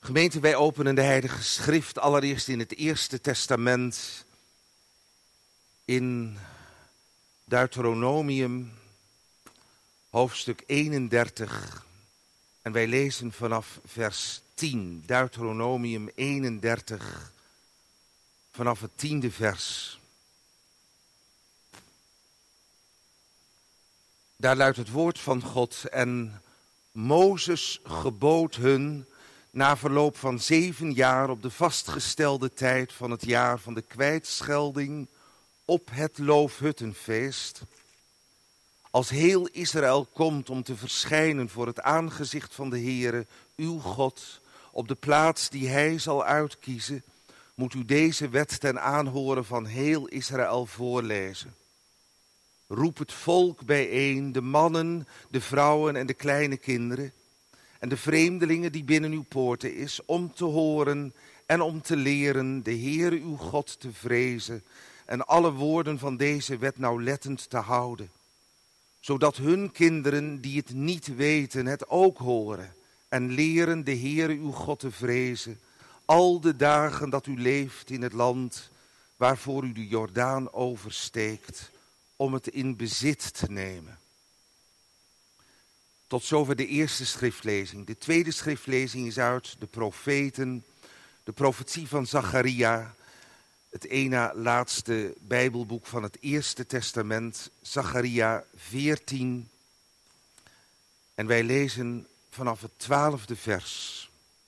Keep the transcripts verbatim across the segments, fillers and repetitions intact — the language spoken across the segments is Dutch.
Gemeente, wij openen de Heilige Schrift allereerst in het Eerste Testament, in Deuteronomium, hoofdstuk eenendertig. En wij lezen vanaf vers tien, Deuteronomium eenendertig, vanaf het tiende vers. Daar luidt het woord van God: en Mozes gebood hun na verloop van zeven jaar op de vastgestelde tijd van het jaar van de kwijtschelding op het Loofhuttenfeest, als heel Israël komt om te verschijnen voor het aangezicht van de Heere, uw God, op de plaats die hij zal uitkiezen, moet u deze wet ten aanhoren van heel Israël voorlezen. Roep het volk bijeen, de mannen, de vrouwen en de kleine kinderen, en de vreemdelingen die binnen uw poorten is, om te horen en om te leren de Heere uw God te vrezen en alle woorden van deze wet nauwlettend te houden, zodat hun kinderen die het niet weten het ook horen en leren de Heere uw God te vrezen, al de dagen dat u leeft in het land waarvoor u de Jordaan oversteekt, om het in bezit te nemen. Tot zover de eerste schriftlezing. De tweede schriftlezing is uit de profeten, de profetie van Zacharia, het ene laatste Bijbelboek van het Eerste Testament, Zacharia veertien. En wij lezen vanaf het twaalfde vers.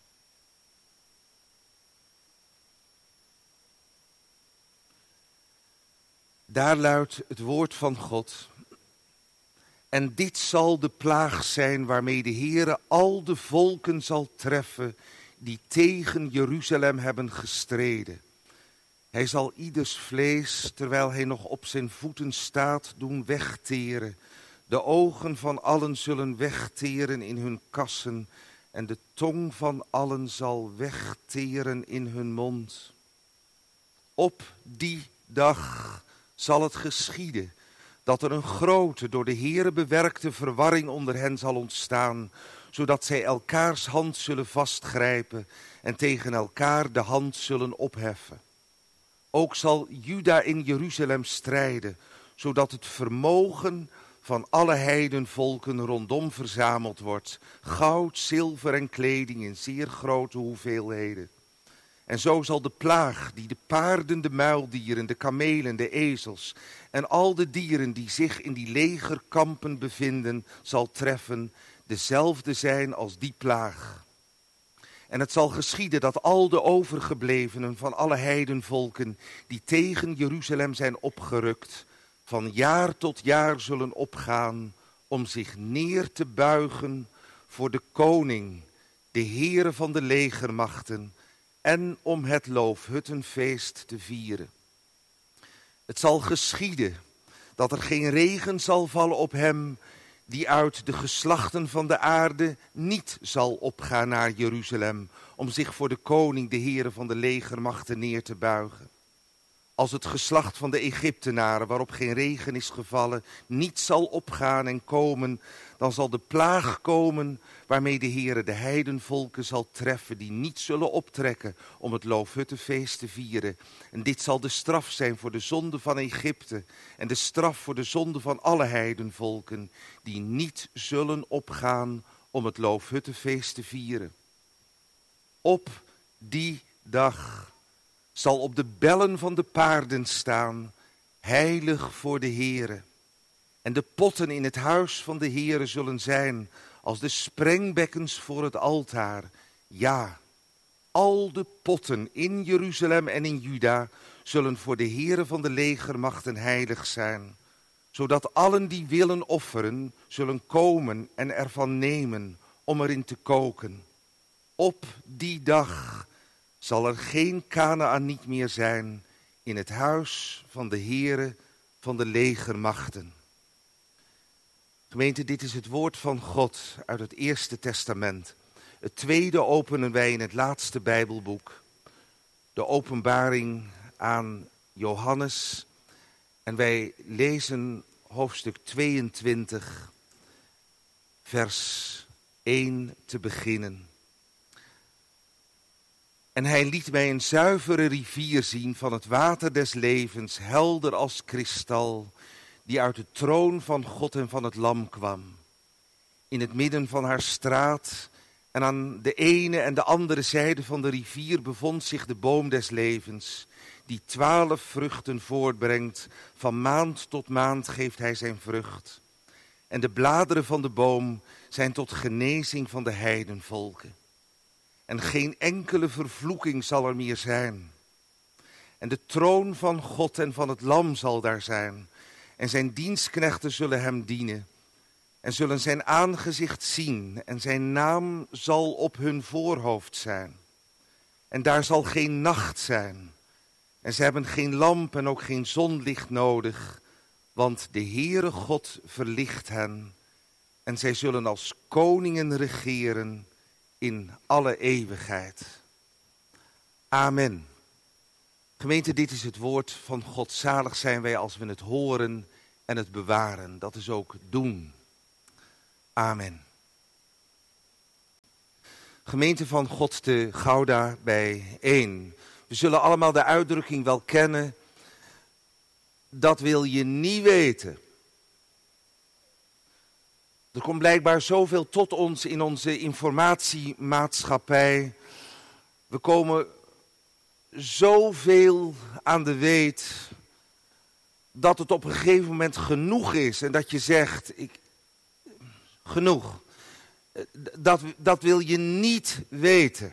Daar luidt het woord van God: en dit zal de plaag zijn waarmee de Heere al de volken zal treffen die tegen Jeruzalem hebben gestreden. Hij zal ieders vlees, terwijl hij nog op zijn voeten staat, doen wegteren. De ogen van allen zullen wegteren in hun kassen en de tong van allen zal wegteren in hun mond. Op die dag zal het geschieden dat er een grote, door de Heere bewerkte verwarring onder hen zal ontstaan, zodat zij elkaars hand zullen vastgrijpen en tegen elkaar de hand zullen opheffen. Ook zal Juda in Jeruzalem strijden, zodat het vermogen van alle heidenvolken rondom verzameld wordt, goud, zilver en kleding in zeer grote hoeveelheden. En zo zal de plaag die de paarden, de muildieren, de kamelen, de ezels en al de dieren die zich in die legerkampen bevinden, zal treffen, dezelfde zijn als die plaag. En het zal geschieden dat al de overgeblevenen van alle heidenvolken die tegen Jeruzalem zijn opgerukt, van jaar tot jaar zullen opgaan om zich neer te buigen voor de koning, de Heere van de legermachten, en om het Loofhuttenfeest te vieren. Het zal geschieden dat er geen regen zal vallen op hem die uit de geslachten van de aarde niet zal opgaan naar Jeruzalem, om zich voor de koning, de Heere van de legermachten, neer te buigen. Als het geslacht van de Egyptenaren, waarop geen regen is gevallen, niet zal opgaan en komen, dan zal de plaag komen waarmee de Heere de heidenvolken zal treffen, die niet zullen optrekken om het Loofhuttenfeest te vieren. En dit zal de straf zijn voor de zonde van Egypte en de straf voor de zonde van alle heidenvolken, die niet zullen opgaan om het Loofhuttenfeest te vieren. Op die dag zal op de bellen van de paarden staan, heilig voor de Heere. En de potten in het huis van de Heere zullen zijn als de sprengbekkens voor het altaar. Ja, al de potten in Jeruzalem en in Juda zullen voor de Heere van de legermachten heilig zijn, zodat allen die willen offeren zullen komen en ervan nemen om erin te koken. Op die dag zal er geen Kanaaniet meer zijn in het huis van de Heere van de legermachten. Gemeente, dit is het woord van God uit het Eerste Testament. Het tweede openen wij in het laatste Bijbelboek, de openbaring aan Johannes. En wij lezen hoofdstuk tweeëntwintig, vers één te beginnen. En hij liet mij een zuivere rivier zien van het water des levens, helder als kristal, die uit de troon van God en van het Lam kwam. In het midden van haar straat en aan de ene en de andere zijde van de rivier bevond zich de boom des levens, die twaalf vruchten voortbrengt. Van maand tot maand geeft hij zijn vrucht. En de bladeren van de boom zijn tot genezing van de heidenvolken. En geen enkele vervloeking zal er meer zijn. En de troon van God en van het Lam zal daar zijn. En zijn dienstknechten zullen hem dienen. En zullen zijn aangezicht zien. En zijn naam zal op hun voorhoofd zijn. En daar zal geen nacht zijn. En ze hebben geen lamp en ook geen zonlicht nodig. Want de Heere God verlicht hen. En zij zullen als koningen regeren in alle eeuwigheid. Amen. Gemeente, dit is het woord van God. Zalig zijn wij als we het horen en het bewaren. Dat is ook doen. Amen. Gemeente van God te Gouda bijeen. We zullen allemaal de uitdrukking wel kennen. Dat wil je niet weten. Er komt blijkbaar zoveel tot ons in onze informatiemaatschappij. We komen zoveel aan de weet dat het op een gegeven moment genoeg is. En dat je zegt, ik, genoeg. Dat, dat wil je niet weten.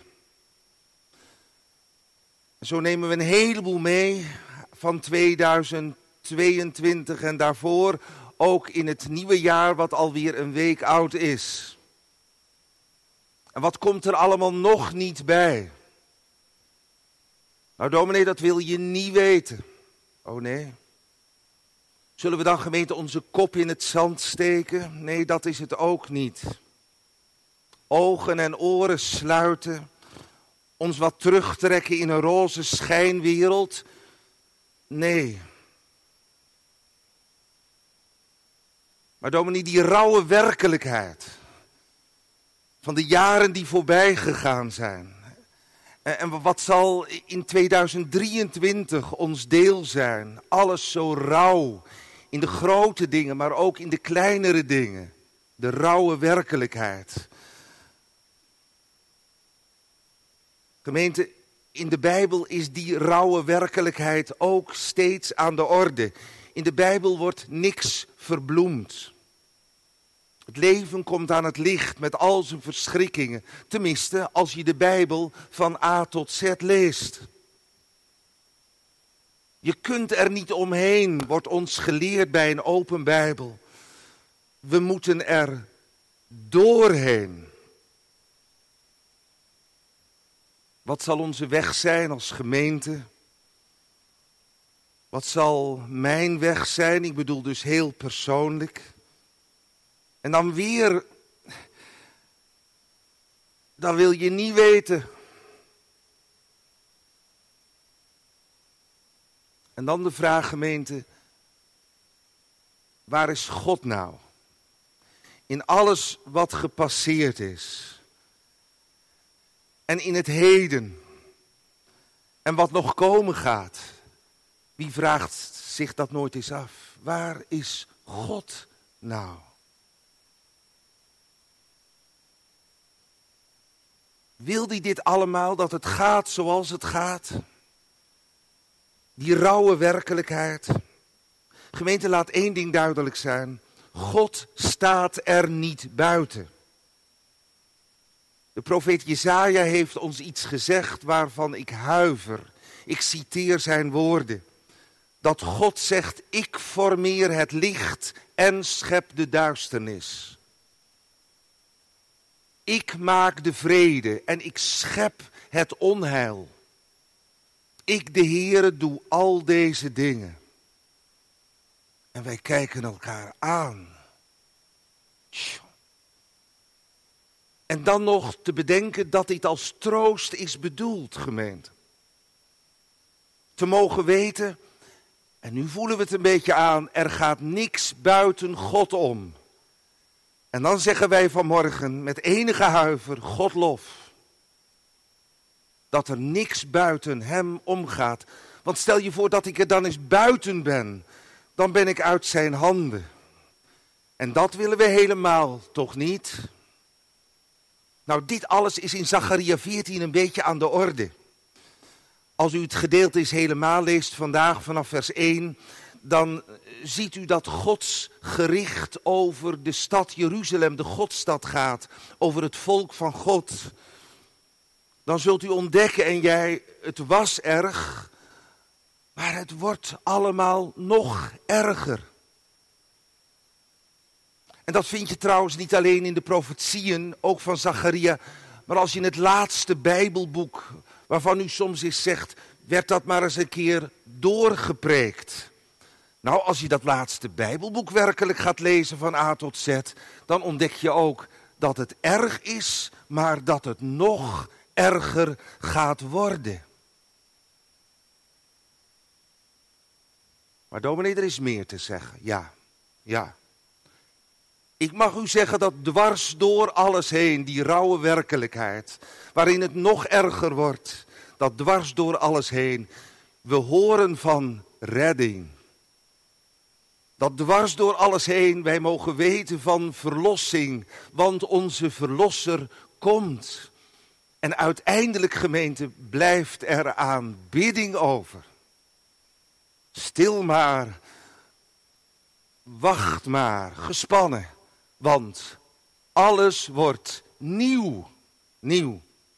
Zo nemen we een heleboel mee van tweeduizend tweeëntwintig en daarvoor ook in het nieuwe jaar wat alweer een week oud is. En wat komt er allemaal nog niet bij? Nou dominee, dat wil je niet weten. Oh nee. Zullen we dan gemeente onze kop in het zand steken? Nee, dat is het ook niet. Ogen en oren sluiten. Ons wat terugtrekken in een roze schijnwereld? Nee. Maar dominee, die rauwe werkelijkheid van de jaren die voorbij gegaan zijn. En wat zal in tweeduizend drieëntwintig ons deel zijn? Alles zo rauw in de grote dingen, maar ook in de kleinere dingen. De rauwe werkelijkheid. Gemeente, in de Bijbel is die rauwe werkelijkheid ook steeds aan de orde. In de Bijbel wordt niks verbloemd. Het leven komt aan het licht met al zijn verschrikkingen. Tenminste, als je de Bijbel van A tot Z leest. Je kunt er niet omheen, wordt ons geleerd bij een open Bijbel. We moeten er doorheen. Wat zal onze weg zijn als gemeente? Wat zal mijn weg zijn? Ik bedoel dus heel persoonlijk. En dan weer, dat wil je niet weten. En dan de vraag, gemeente, waar is God nou? In alles wat gepasseerd is. En in het heden. En wat nog komen gaat. Wie vraagt zich dat nooit eens af? Waar is God nou? Wil hij dit allemaal, dat het gaat zoals het gaat? Die rauwe werkelijkheid. Gemeente, laat één ding duidelijk zijn. God staat er niet buiten. De profeet Jesaja heeft ons iets gezegd waarvan ik huiver. Ik citeer zijn woorden. Dat God zegt, ik formeer het licht en schep de duisternis. Ik maak de vrede en ik schep het onheil. Ik, de Heere, doe al deze dingen. En wij kijken elkaar aan. En dan nog te bedenken dat dit als troost is bedoeld, gemeente. Te mogen weten, en nu voelen we het een beetje aan, er gaat niks buiten God om. En dan zeggen wij vanmorgen met enige huiver, God lof. Dat er niks buiten hem omgaat. Want stel je voor dat ik er dan eens buiten ben. Dan ben ik uit zijn handen. En dat willen we helemaal toch niet? Nou, dit alles is in Zacharia veertien een beetje aan de orde. Als u het gedeelte eens helemaal leest vandaag vanaf vers één... dan ziet u dat Gods gericht over de stad Jeruzalem, de Godstad gaat. Over het volk van God. Dan zult u ontdekken, en jij, het was erg, maar het wordt allemaal nog erger. En dat vind je trouwens niet alleen in de profetieën, ook van Zacharia, maar als je in het laatste Bijbelboek, waarvan u soms eens zegt, werd dat maar eens een keer doorgepreekt. Nou, als je dat laatste Bijbelboek werkelijk gaat lezen van A tot Z, dan ontdek je ook dat het erg is, maar dat het nog erger gaat worden. Maar dominee, er is meer te zeggen. Ja, ja. Ik mag u zeggen dat dwars door alles heen, die rauwe werkelijkheid, waarin het nog erger wordt, dat dwars door alles heen, we horen van redding. Dat dwars door alles heen wij mogen weten van verlossing, want onze verlosser komt. En uiteindelijk, gemeente, blijft er aanbidding over. Stil maar, wacht maar, gespannen, want alles wordt nieuw, nieuw.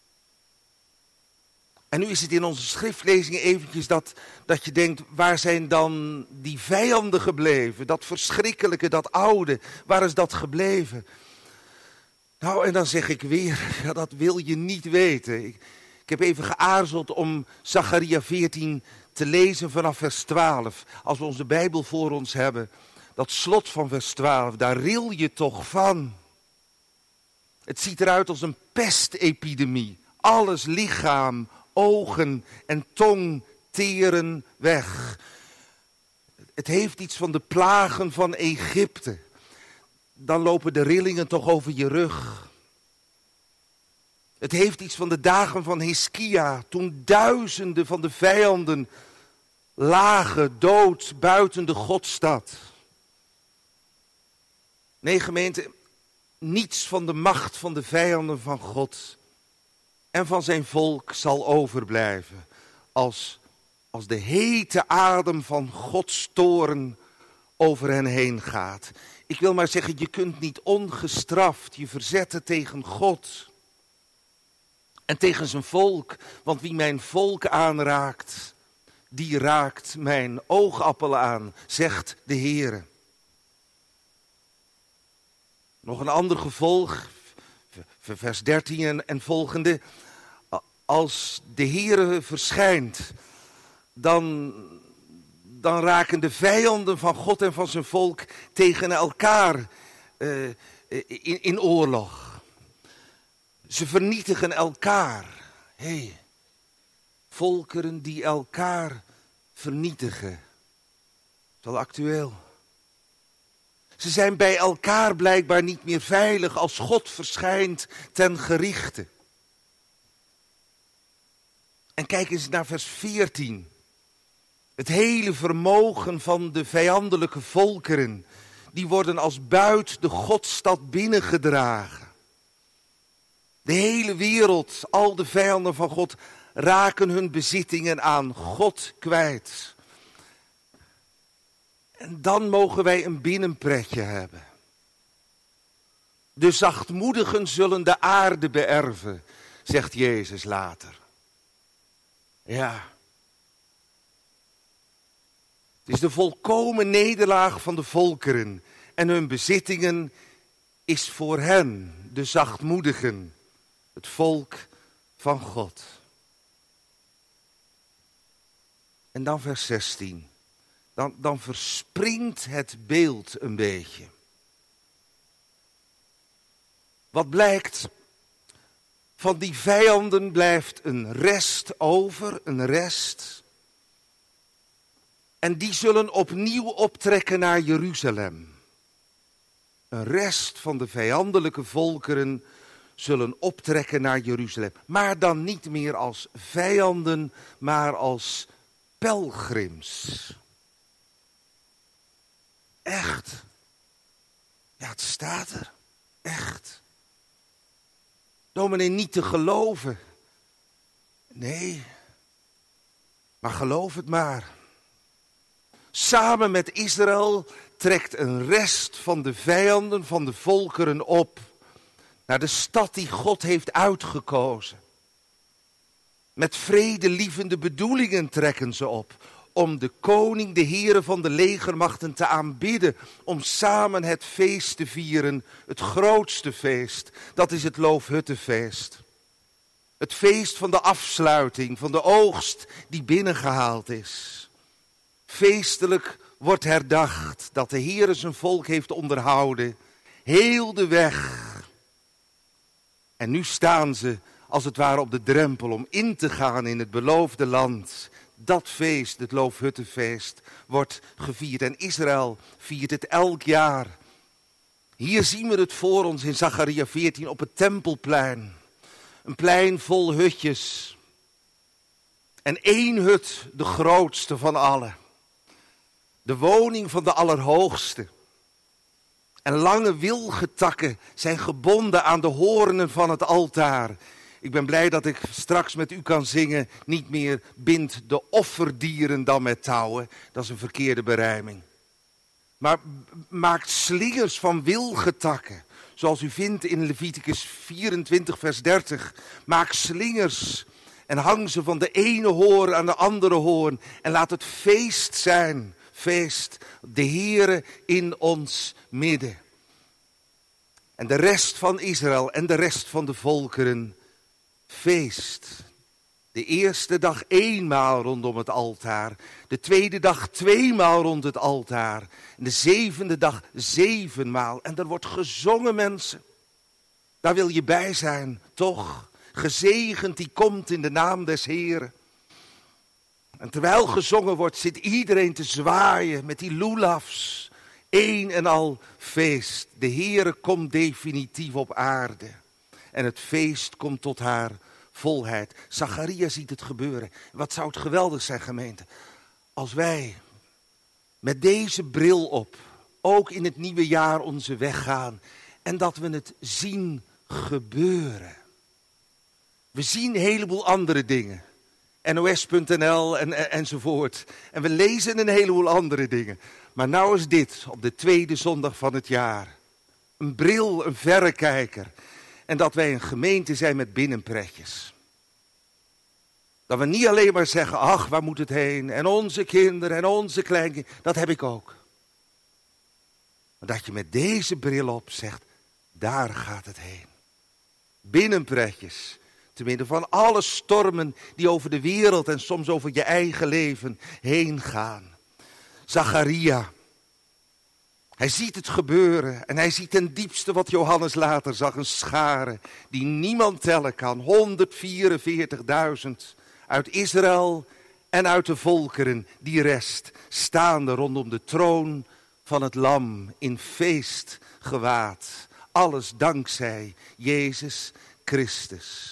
En nu is het in onze schriftlezingen eventjes dat, dat je denkt, waar zijn dan die vijanden gebleven? Dat verschrikkelijke, dat oude, waar is dat gebleven? Nou, en dan zeg ik weer, ja, dat wil je niet weten. Ik, ik heb even geaarzeld om Zacharia veertien te lezen vanaf vers twaalf. Als we onze Bijbel voor ons hebben, dat slot van vers twaalf, daar ril je toch van. Het ziet eruit als een pestepidemie. Alles lichaam, ogen en tong teren weg. Het heeft iets van de plagen van Egypte. Dan lopen de rillingen toch over je rug. Het heeft iets van de dagen van Hiskia, toen duizenden van de vijanden lagen dood buiten de Godstad. Nee, gemeente, niets van de macht van de vijanden van God en van zijn volk zal overblijven als, als de hete adem van Gods toorn over hen heen gaat. Ik wil maar zeggen, je kunt niet ongestraft je verzetten tegen God en tegen zijn volk. Want wie mijn volk aanraakt, die raakt mijn oogappel aan, zegt de Heere. Nog een ander gevolg, vers dertien en volgende. Als de Heere verschijnt, dan, dan raken de vijanden van God en van zijn volk tegen elkaar uh, in, in oorlog. Ze vernietigen elkaar. Hé, hey, volkeren die elkaar vernietigen. Dat is wel actueel. Ze zijn bij elkaar blijkbaar niet meer veilig als God verschijnt ten gerichte. En kijk eens naar vers veertien. Het hele vermogen van de vijandelijke volkeren, die worden als buit de Godstad binnengedragen. De hele wereld, al de vijanden van God, raken hun bezittingen aan God kwijt. En dan mogen wij een binnenpretje hebben. De zachtmoedigen zullen de aarde beërven, zegt Jezus later. Ja. Het is de volkomen nederlaag van de volkeren. En hun bezittingen is voor hen, de zachtmoedigen, het volk van God. En dan vers zestien. Dan, dan verspringt het beeld een beetje. Wat blijkt? Van die vijanden blijft een rest over, een rest. En die zullen opnieuw optrekken naar Jeruzalem. Een rest van de vijandelijke volkeren zullen optrekken naar Jeruzalem. Maar dan niet meer als vijanden, maar als pelgrims. Echt. Ja, het staat er. Echt. Dominee, niet te geloven. Nee. Maar geloof het maar. Samen met Israël trekt een rest van de vijanden van de volkeren op naar de stad die God heeft uitgekozen. Met vredelievende bedoelingen trekken ze op om de koning, de Heere van de legermachten te aanbidden, om samen het feest te vieren, het grootste feest, dat is het Loofhuttenfeest. Het feest van de afsluiting, van de oogst die binnengehaald is. Feestelijk wordt herdacht dat de Heere zijn volk heeft onderhouden, heel de weg. En nu staan ze als het ware op de drempel om in te gaan in het beloofde land. Dat feest, het Loofhuttenfeest, wordt gevierd en Israël viert het elk jaar. Hier zien we het voor ons in Zacharia veertien op het Tempelplein. Een plein vol hutjes. En één hut, de grootste van alle. De woning van de Allerhoogste. En lange wilgetakken zijn gebonden aan de hoornen van het altaar. Ik ben blij dat ik straks met u kan zingen. Niet meer bindt de offerdieren dan met touwen. Dat is een verkeerde berijming. Maar maakt slingers van wilgetakken. Zoals u vindt in Leviticus vierentwintig vers dertig. Maak slingers en hang ze van de ene hoorn aan de andere hoorn. En laat het feest zijn. Feest, de Heere in ons midden. En de rest van Israël en de rest van de volkeren, feest. De eerste dag eenmaal rondom het altaar. De tweede dag tweemaal rond het altaar. En de zevende dag zevenmaal. En er wordt gezongen, mensen. Daar wil je bij zijn, toch? Gezegend die komt in de naam des Heeren. En terwijl gezongen wordt, zit iedereen te zwaaien met die loelafs. Eén en al feest. De Heere komt definitief op aarde. En het feest komt tot haar volheid. Zacharia ziet het gebeuren. Wat zou het geweldig zijn, gemeente. Als wij met deze bril op, ook in het nieuwe jaar onze weg gaan. En dat we het zien gebeuren. We zien een heleboel andere dingen. N O S punt N L en, en, enzovoort. En we lezen een heleboel andere dingen. Maar nou is dit op de tweede zondag van het jaar. Een bril, een verrekijker. En dat wij een gemeente zijn met binnenpretjes. Dat we niet alleen maar zeggen, ach, waar moet het heen? En onze kinderen en onze kleinkinderen, dat heb ik ook. Maar dat je met deze bril op zegt, daar gaat het heen. Binnenpretjes. Te midden van alle stormen die over de wereld en soms over je eigen leven heen gaan. Zacharia. Hij ziet het gebeuren en hij ziet ten diepste wat Johannes later zag. Een schare die niemand tellen kan. honderdvierenveertigduizend uit Israël en uit de volkeren. Die rest staande rondom de troon van het lam in feestgewaad. Alles dankzij Jezus Christus.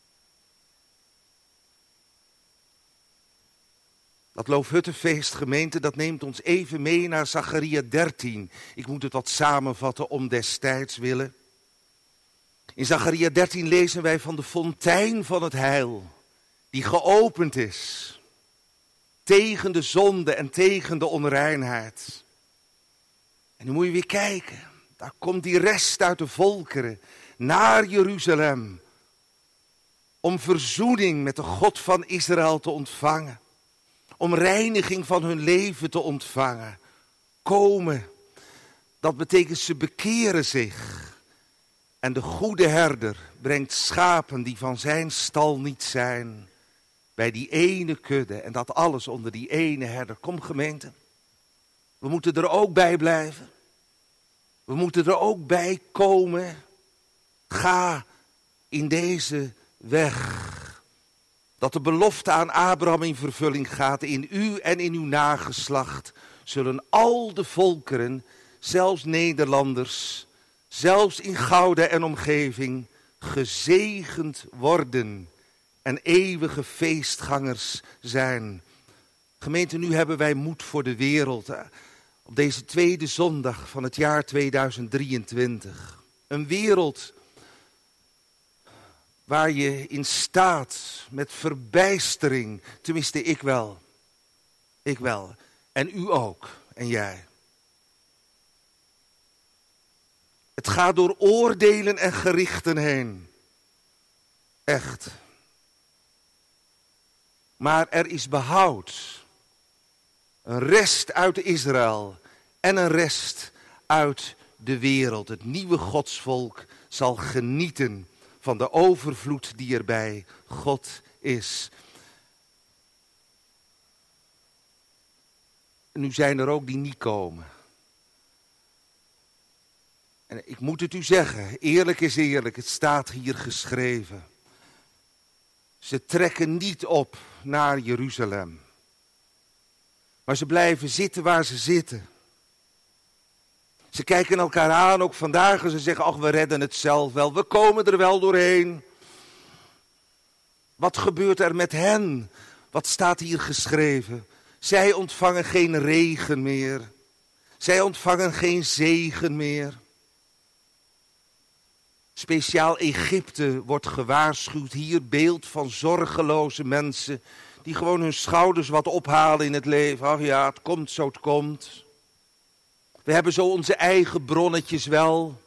Dat Loofhuttenfeest, gemeente, dat neemt ons even mee naar Zacharia dertien. Ik moet het wat samenvatten om destijds willen. In Zacharia dertien lezen wij van de fontein van het heil, die geopend is tegen de zonde en tegen de onreinheid. En nu moet je weer kijken, daar komt die rest uit de volkeren naar Jeruzalem om verzoening met de God van Israël te ontvangen. Om reiniging van hun leven te ontvangen. Komen, dat betekent ze bekeren zich. En de goede herder brengt schapen die van zijn stal niet zijn. Bij die ene kudde en dat alles onder die ene herder. Kom gemeente, we moeten er ook bij blijven. We moeten er ook bij komen. Ga in deze weg. Dat de belofte aan Abraham in vervulling gaat. In u en in uw nageslacht zullen al de volkeren, zelfs Nederlanders, zelfs in Gouda en omgeving, gezegend worden en eeuwige feestgangers zijn. Gemeente, nu hebben wij moed voor de wereld. Op deze tweede zondag van het jaar tweeduizend drieëntwintig. Een wereld waar je in staat met verbijstering, tenminste ik wel, ik wel, en u ook, en jij. Het gaat door oordelen en gerichten heen. Echt. Maar er is behoud. Een rest uit Israël en een rest uit de wereld. Het nieuwe godsvolk zal genieten van de overvloed die er bij God is. Nu zijn er ook die niet komen. En ik moet het u zeggen, eerlijk is eerlijk, het staat hier geschreven. Ze trekken niet op naar Jeruzalem. Maar ze blijven zitten waar ze zitten. Ze kijken elkaar aan, ook vandaag, en ze zeggen, ach, we redden het zelf wel. We komen er wel doorheen. Wat gebeurt er met hen? Wat staat hier geschreven? Zij ontvangen geen regen meer. Zij ontvangen geen zegen meer. Speciaal Egypte wordt gewaarschuwd. Hier beeld van zorgeloze mensen die gewoon hun schouders wat ophalen in het leven. Ach ja, het komt zo het komt. We hebben zo onze eigen bronnetjes wel.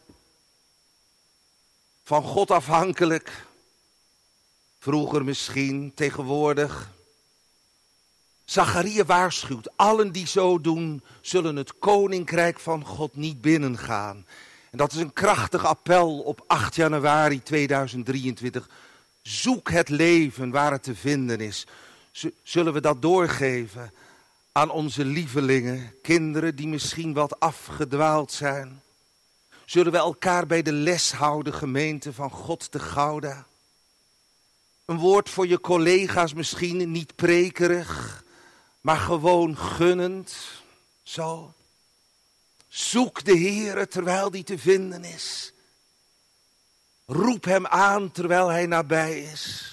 Van God afhankelijk. Vroeger misschien, tegenwoordig. Zacharia waarschuwt, allen die zo doen, zullen het koninkrijk van God niet binnengaan. En dat is een krachtig appel op acht januari tweeduizend drieëntwintig. Zoek het leven waar het te vinden is. Zullen we dat doorgeven aan onze lievelingen, kinderen die misschien wat afgedwaald zijn? Zullen we elkaar bij de les houden, gemeente van God te Gouda? Een woord voor je collega's misschien, niet prekerig, maar gewoon gunnend. Zo. Zoek de Heere terwijl die te vinden is. Roep hem aan terwijl hij nabij is.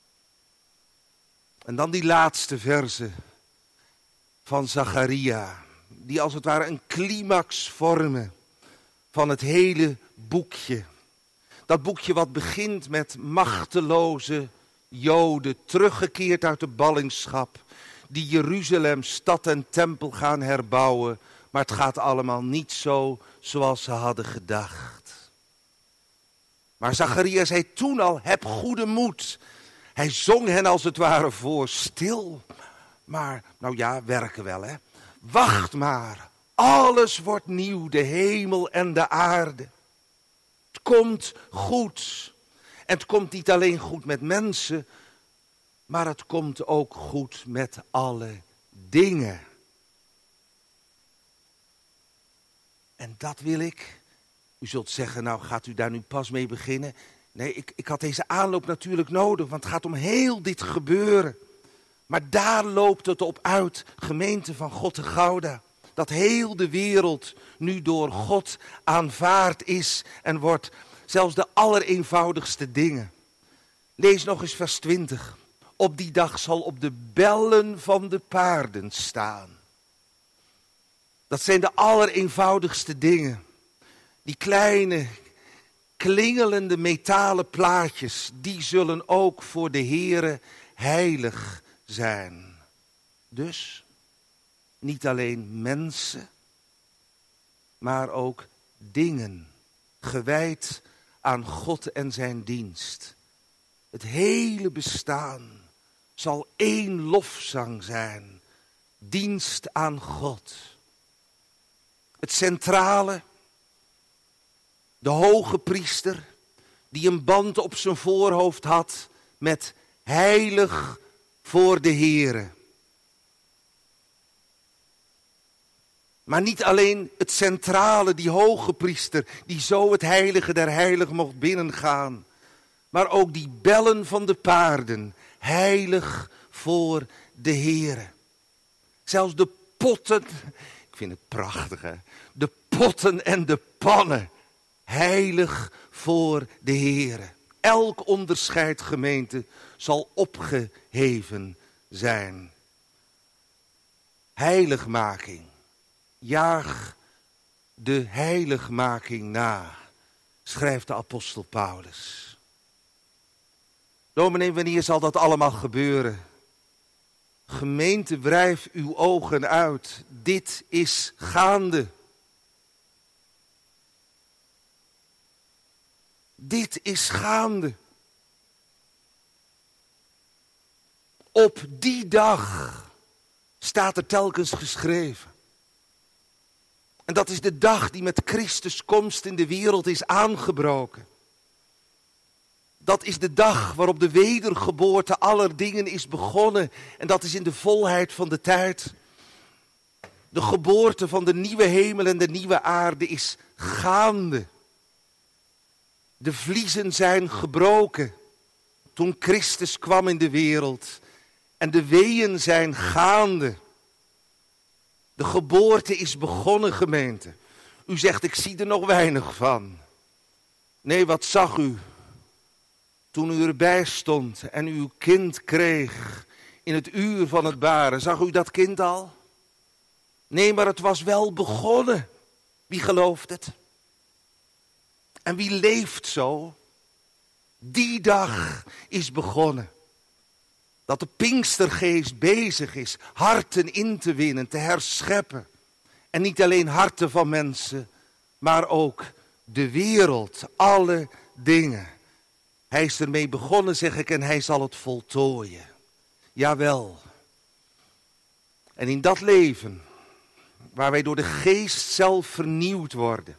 En dan die laatste verse van Zacharia, die als het ware een climax vormen van het hele boekje. Dat boekje wat begint met machteloze Joden, teruggekeerd uit de ballingschap, die Jeruzalem, stad en tempel gaan herbouwen. Maar het gaat allemaal niet zo zoals ze hadden gedacht. Maar Zacharia zei toen al, heb goede moed. Hij zong hen als het ware voor, stil. Maar, nou ja, werken wel hè. Wacht maar, alles wordt nieuw, de hemel en de aarde. Het komt goed. En het komt niet alleen goed met mensen, maar het komt ook goed met alle dingen. En dat wil ik. U zult zeggen, nou gaat u daar nu pas mee beginnen? Nee, ik, ik had deze aanloop natuurlijk nodig, want het gaat om heel dit gebeuren. Maar daar loopt het op uit, gemeente van God te Gouda. Dat heel de wereld nu door God aanvaard is en wordt. Zelfs de allereenvoudigste dingen. Lees nog eens vers twintig. Op die dag zal op de bellen van de paarden staan. Dat zijn de allereenvoudigste dingen. Die kleine, klingelende metalen plaatjes, die zullen ook voor de Heere heilig zijn. Dus, niet alleen mensen, maar ook dingen, gewijd aan God en zijn dienst. Het hele bestaan zal één lofzang zijn, dienst aan God. Het centrale, de hoge priester, die een band op zijn voorhoofd had met heilig voor de Heere. Maar niet alleen het centrale, die hoge priester, die zo het heilige der heiligen mocht binnengaan. Maar ook die bellen van de paarden, heilig voor de Heere. Zelfs de potten, ik vind het prachtig hè, de potten en de pannen, heilig voor de Heere. Elk onderscheid, gemeente, zal opgeheven zijn. Heiligmaking. Jaag de heiligmaking na, schrijft de apostel Paulus. Dominee, wanneer zal dat allemaal gebeuren? Gemeente, wrijf uw ogen uit. Dit is gaande. Dit is gaande. Op die dag staat er telkens geschreven. En dat is de dag die met Christus komst in de wereld is aangebroken. Dat is de dag waarop de wedergeboorte aller dingen is begonnen. En dat is in de volheid van de tijd. De geboorte van de nieuwe hemel en de nieuwe aarde is gaande. De vliezen zijn gebroken toen Christus kwam in de wereld. En de weeën zijn gaande. De geboorte is begonnen, gemeente. U zegt, ik zie er nog weinig van. Nee, wat zag u toen u erbij stond en u uw kind kreeg in het uur van het baren? Zag u dat kind al? Nee, maar het was wel begonnen. Wie gelooft het? En wie leeft zo? Die dag is begonnen. Dat de Pinkstergeest bezig is harten in te winnen, te herscheppen. En niet alleen harten van mensen, maar ook de wereld, alle dingen. Hij is ermee begonnen, zeg ik, en hij zal het voltooien. Jawel. En in dat leven, waar wij door de Geest zelf vernieuwd worden,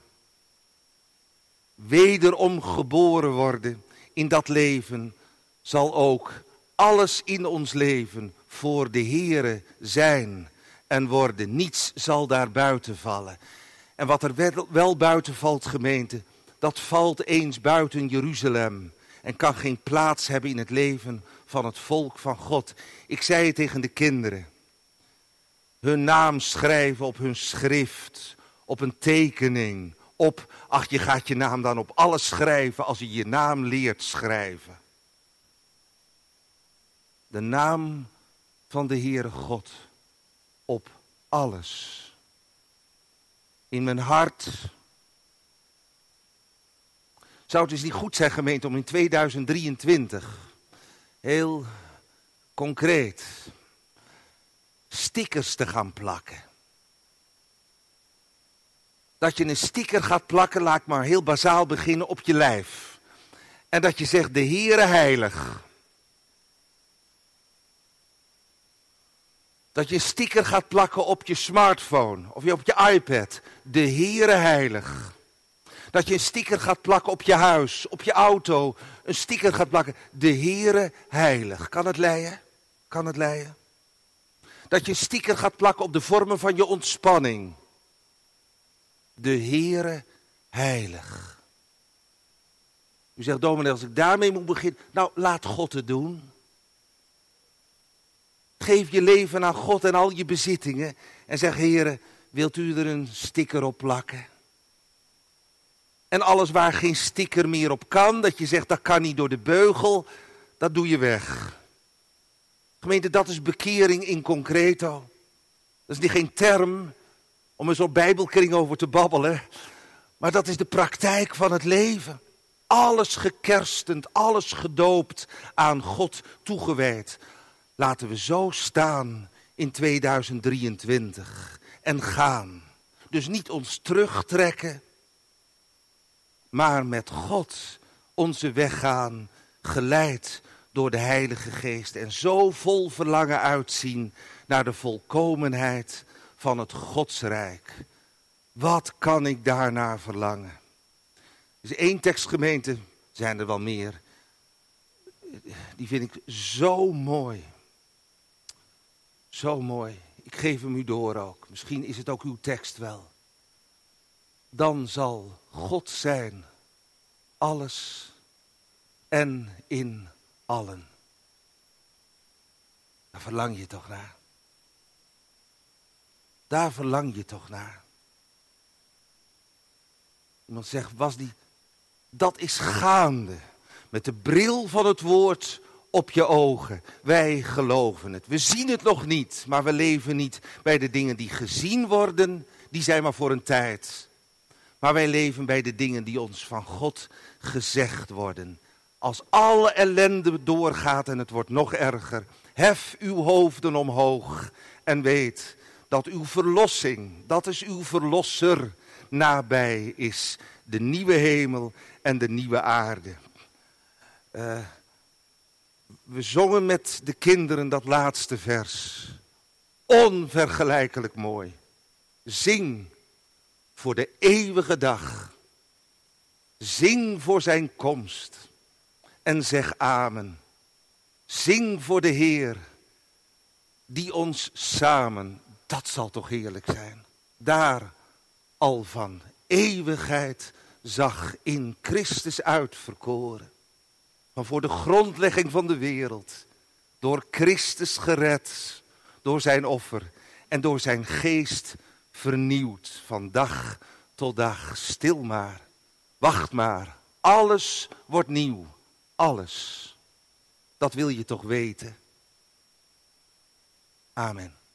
wederom geboren worden, in dat leven zal ook alles in ons leven voor de Heere zijn en worden. Niets zal daar buiten vallen. En wat er wel, wel buiten valt, gemeente, dat valt eens buiten Jeruzalem en kan geen plaats hebben in het leven van het volk van God. Ik zei het tegen de kinderen. Hun naam schrijven op hun schrift, op een tekening, op, ach, je gaat je naam dan op alles schrijven als je je naam leert schrijven. De naam van de Heere God op alles. In mijn hart. Zou het dus niet goed zijn, gemeente, om in tweeduizend drieëntwintig heel concreet stickers te gaan plakken? Dat je een sticker gaat plakken, laat ik maar heel bazaal beginnen, op je lijf. En dat je zegt, de Heere heilig. Dat je een sticker gaat plakken op je smartphone of op je iPad. De Heere heilig. Dat je een sticker gaat plakken op je huis, op je auto. Een sticker gaat plakken. De Heere heilig. Kan het leien? Kan het leien? Dat je een sticker gaat plakken op de vormen van je ontspanning. De Heere heilig. U zegt, dominee, als ik daarmee moet beginnen. Nou, laat God het doen. Geef je leven aan God en al je bezittingen. En zeg, Heere, wilt u er een sticker op plakken? En alles waar geen sticker meer op kan, dat je zegt, dat kan niet door de beugel, dat doe je weg. Gemeente, dat is bekering in concreto. Dat is niet geen term om er zo'n bijbelkring over te babbelen. Maar dat is de praktijk van het leven. Alles gekerstend, alles gedoopt, aan God toegewijd. Laten we zo staan in tweeduizend drieëntwintig en gaan. Dus niet ons terugtrekken, maar met God onze weg gaan, geleid door de Heilige Geest. En zo vol verlangen uitzien naar de volkomenheid van het Godsrijk. Wat kan ik daarnaar verlangen? Er is één tekstgemeente, zijn er wel meer, die vind ik zo mooi. Zo mooi. Ik geef hem u door ook. Misschien is het ook uw tekst wel. Dan zal God zijn alles en in allen. Daar verlang je toch naar? Daar verlang je toch naar? Iemand zegt, was die, dat is gaande. met de bril van het woord op je ogen. Wij geloven het. We zien het nog niet, maar we leven niet bij de dingen die gezien worden. Die zijn maar voor een tijd. Maar wij leven bij de dingen die ons van God gezegd worden. Als alle ellende doorgaat en het wordt nog erger, hef uw hoofden omhoog en weet dat uw verlossing, dat is uw verlosser, nabij is. De nieuwe hemel en de nieuwe aarde. Uh, we zongen met de kinderen dat laatste vers. Onvergelijkelijk mooi. Zing voor de eeuwige dag. Zing voor zijn komst. En zeg amen. Zing voor de Heer. Die ons samen, dat zal toch heerlijk zijn. Daar al van eeuwigheid zag in Christus uitverkoren. Van voor de grondlegging van de wereld. Door Christus gered. Door zijn offer. En door zijn geest vernieuwd. Van dag tot dag. Stil maar. Wacht maar. Alles wordt nieuw. Alles. Dat wil je toch weten. Amen.